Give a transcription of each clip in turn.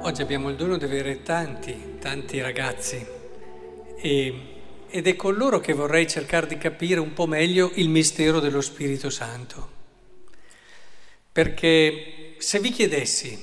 Oggi abbiamo il dono di avere tanti ragazzi ed è con loro che vorrei cercare di capire un po' meglio il mistero dello Spirito Santo. Perché se vi chiedessi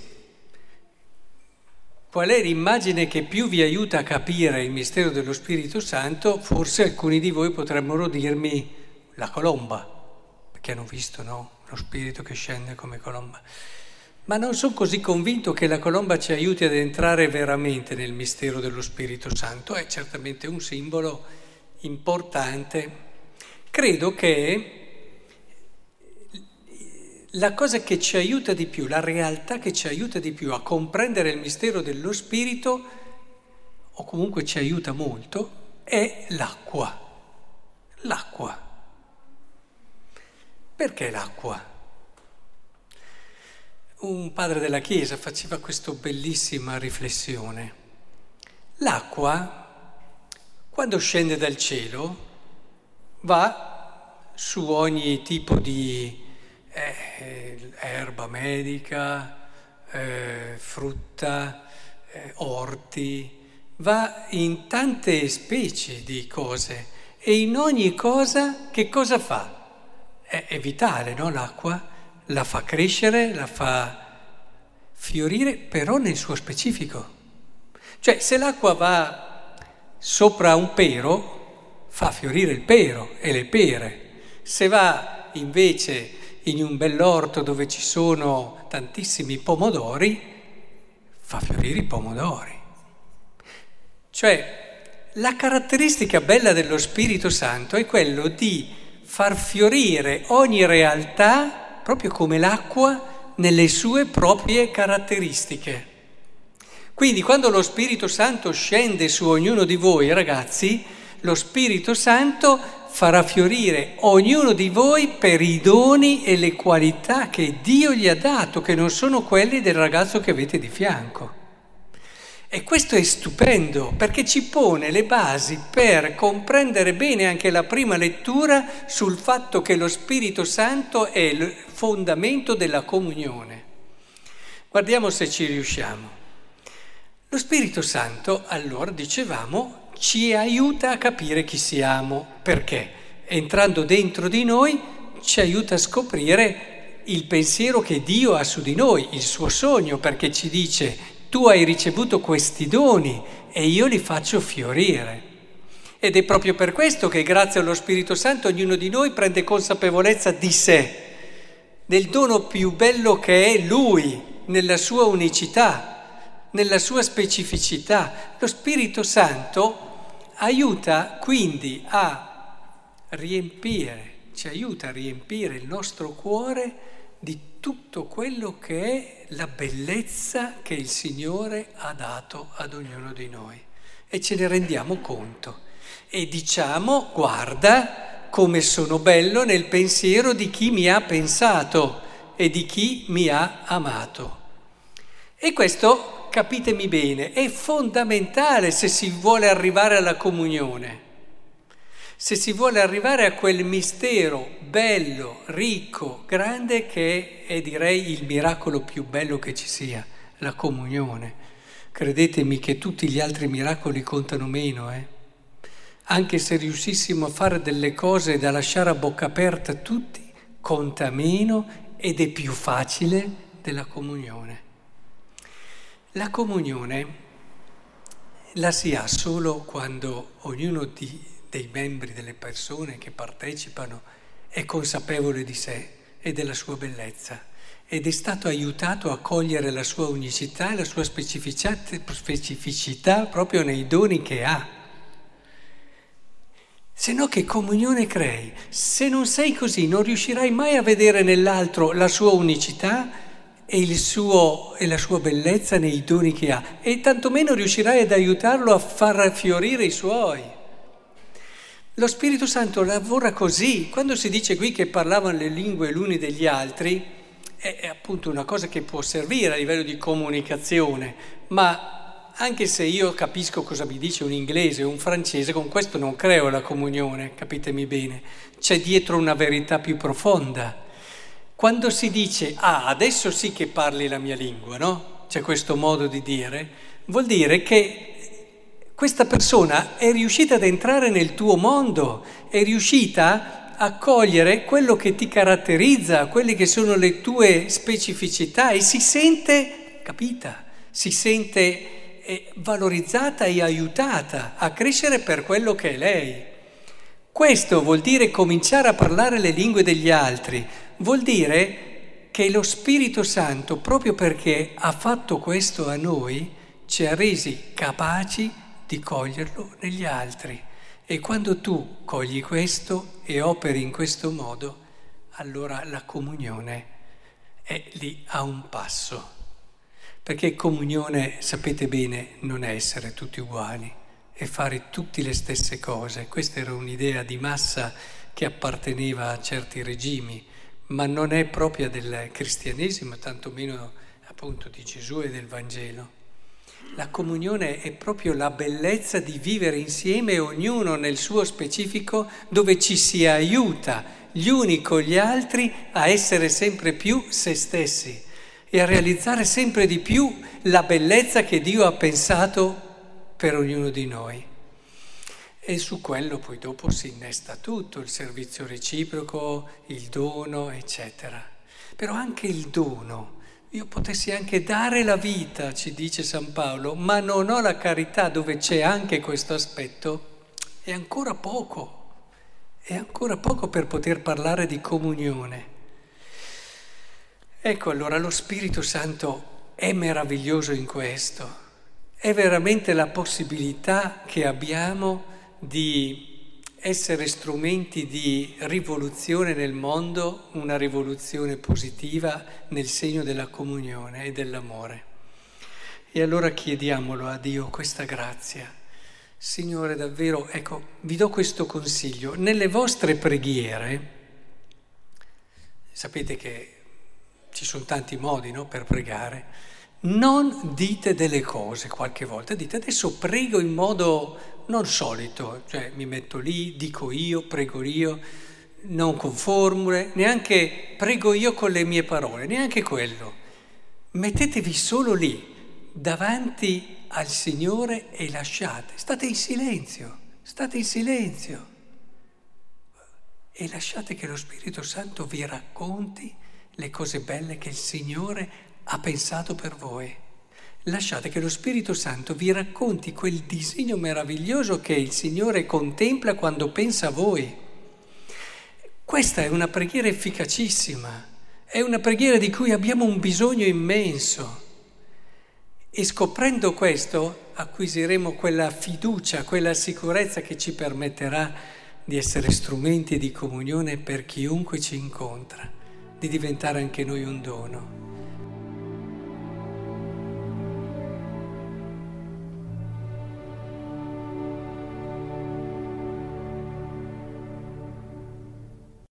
qual è l'immagine che più vi aiuta a capire il mistero dello Spirito Santo, forse alcuni di voi potrebbero dirmi la colomba, perché hanno visto, no? Lo Spirito che scende come colomba. Ma non sono così convinto che la colomba ci aiuti ad entrare veramente nel mistero dello Spirito Santo. È certamente un simbolo importante. Credo che la cosa che ci aiuta di più, la realtà che ci aiuta di più a comprendere il mistero dello Spirito, o comunque ci aiuta molto, è l'acqua. L'acqua. Perché l'acqua? Un padre della Chiesa faceva questa bellissima riflessione. L'acqua, quando scende dal cielo, va su ogni tipo di erba medica, frutta, orti, va in tante specie di cose e in ogni cosa che cosa fa? È vitale, no? L'acqua la fa crescere, la fa fiorire, però nel suo specifico. Cioè, se l'acqua va sopra un pero, fa fiorire il pero e le pere. Se va invece in un bell'orto dove ci sono tantissimi pomodori, fa fiorire i pomodori. Cioè, la caratteristica bella dello Spirito Santo è quello di far fiorire ogni realtà proprio come l'acqua nelle sue proprie caratteristiche. Quindi quando lo Spirito Santo scende su ognuno di voi, ragazzi, lo Spirito Santo farà fiorire ognuno di voi per i doni e le qualità che Dio gli ha dato, che non sono quelli del ragazzo che avete di fianco. E questo è stupendo, perché ci pone le basi per comprendere bene anche la prima lettura sul fatto che lo Spirito Santo è il fondamento della comunione. Guardiamo se ci riusciamo. Lo Spirito Santo, allora, dicevamo, ci aiuta a capire chi siamo. Perché? Entrando dentro di noi ci aiuta a scoprire il pensiero che Dio ha su di noi, il suo sogno, perché ci dice: tu hai ricevuto questi doni e io li faccio fiorire. Ed è proprio per questo che grazie allo Spirito Santo ognuno di noi prende consapevolezza di sé, del dono più bello che è Lui, nella sua unicità, nella sua specificità. Lo Spirito Santo aiuta quindi ci aiuta a riempire il nostro cuore di tutto quello che è la bellezza che il Signore ha dato ad ognuno di noi. E ce ne rendiamo conto. E diciamo: guarda come sono bello nel pensiero di chi mi ha pensato e di chi mi ha amato. E questo, capitemi bene, è fondamentale se si vuole arrivare alla comunione. Se si vuole arrivare a quel mistero bello, ricco, grande, che è, direi, il miracolo più bello che ci sia, la comunione. Credetemi che tutti gli altri miracoli contano meno, Anche se riuscissimo a fare delle cose da lasciare a bocca aperta tutti, conta meno ed è più facile della comunione. La comunione la si ha solo quando ognuno dei membri, delle persone che partecipano, è consapevole di sé e della sua bellezza ed è stato aiutato a cogliere la sua unicità e la sua specificità proprio nei doni che ha. Se no, che comunione crei? Se non sei così, non riuscirai mai a vedere nell'altro la sua unicità e la sua bellezza nei doni che ha, e tantomeno riuscirai ad aiutarlo a far fiorire i suoi. Lo Spirito Santo lavora così. Quando si dice qui che parlavano le lingue l'uni degli altri, è appunto una cosa che può servire a livello di comunicazione, ma anche se io capisco cosa mi dice un inglese o un francese, con questo non creo la comunione, capitemi bene. C'è dietro una verità più profonda. Quando si dice, adesso sì che parli la mia lingua, no? c'è questo modo di dire, vuol dire che questa persona è riuscita ad entrare nel tuo mondo, è riuscita a cogliere quello che ti caratterizza, quelle che sono le tue specificità e si sente capita, si sente valorizzata e aiutata a crescere per quello che è lei. Questo vuol dire cominciare a parlare le lingue degli altri, vuol dire che lo Spirito Santo, proprio perché ha fatto questo a noi, ci ha resi capaci di coglierlo negli altri. E quando tu cogli questo e operi in questo modo, allora la comunione è lì a un passo. Perché comunione, sapete bene, non è essere tutti uguali, è fare tutte le stesse cose. Questa era un'idea di massa che apparteneva a certi regimi, ma non è propria del cristianesimo, tantomeno appunto di Gesù e del Vangelo. La comunione è proprio la bellezza di vivere insieme, ognuno nel suo specifico, dove ci si aiuta gli uni con gli altri a essere sempre più se stessi e a realizzare sempre di più la bellezza che Dio ha pensato per ognuno di noi. E su quello poi dopo si innesta tutto, il servizio reciproco, il dono, eccetera. Però anche il dono, io potessi anche dare la vita, ci dice San Paolo, ma non ho la carità, dove c'è anche questo aspetto, è ancora poco per poter parlare di comunione. Ecco, allora lo Spirito Santo è meraviglioso in questo. È veramente la possibilità che abbiamo di essere strumenti di rivoluzione nel mondo, una rivoluzione positiva nel segno della comunione e dell'amore. E allora chiediamolo a Dio questa grazia. Signore, davvero, ecco, vi do questo consiglio. Nelle vostre preghiere, sapete che ci sono tanti modi, no, per pregare. Non dite delle cose qualche volta, dite adesso prego in modo non solito, cioè mi metto lì, dico io, prego io, non con formule, neanche prego io con le mie parole, neanche quello. Mettetevi solo lì, davanti al Signore e lasciate, state in silenzio e lasciate che lo Spirito Santo vi racconti le cose belle che il Signore ha pensato per voi. Lasciate che lo Spirito Santo vi racconti quel disegno meraviglioso che il Signore contempla quando pensa a voi. Questa è una preghiera efficacissima, è una preghiera di cui abbiamo un bisogno immenso. E scoprendo questo acquisiremo quella fiducia, quella sicurezza che ci permetterà di essere strumenti di comunione per chiunque ci incontra, di diventare anche noi un dono.